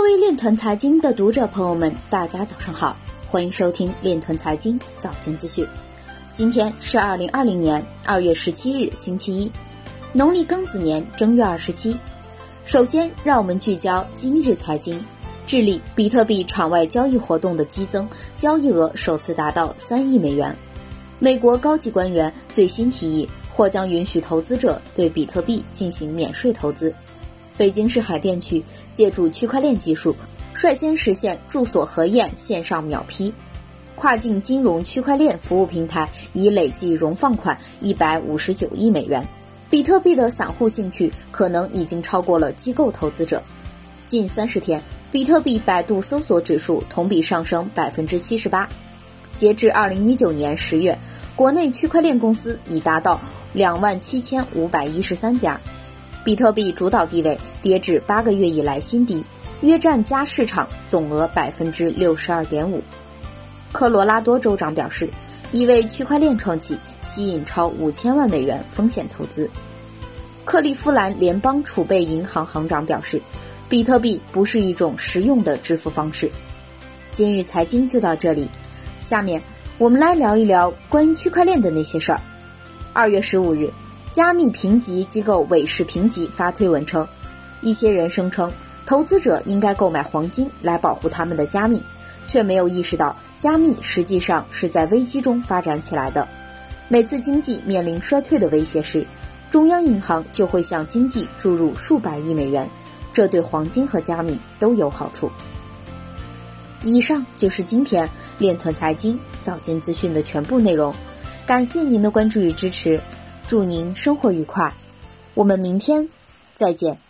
位链团财经的读者朋友们，大家早上好，欢迎收听链团财经早间资讯。今天是2020年2月17日星期一，农历庚子年正月27。首先让我们聚焦今日财经。智利比特币场外交易活动的激增，交易额首次达到3亿美元。美国高级官员最新提议或将允许投资者对比特币进行免税投资。北京市海淀区借助区块链技术，率先实现住所核验线上秒批。跨境金融区块链服务平台已累计融放款159亿美元。比特币的散户兴趣可能已经超过了机构投资者。近30天，比特币百度搜索指数同比上升 78%。截至2019年10月，国内区块链公司已达到27513家。比特币主导地位跌至8个月以来新低，约占加市场总额 62.5%。科罗拉多州长表示，已为区块链创启吸引超5000万美元风险投资。克利夫兰联邦储备银行行长表示，比特币不是一种实用的支付方式。今日财经就到这里，下面我们来聊一聊关于区块链的那些事儿。2月15日，加密评级机构韦氏评级发推文称，一些人声称投资者应该购买黄金来保护他们的加密，却没有意识到加密实际上是在危机中发展起来的。每次经济面临衰退的威胁时，中央银行就会向经济注入数百亿美元，这对黄金和加密都有好处。以上就是今天链团财经早间资讯的全部内容，感谢您的关注与支持，祝您生活愉快，我们明天再见。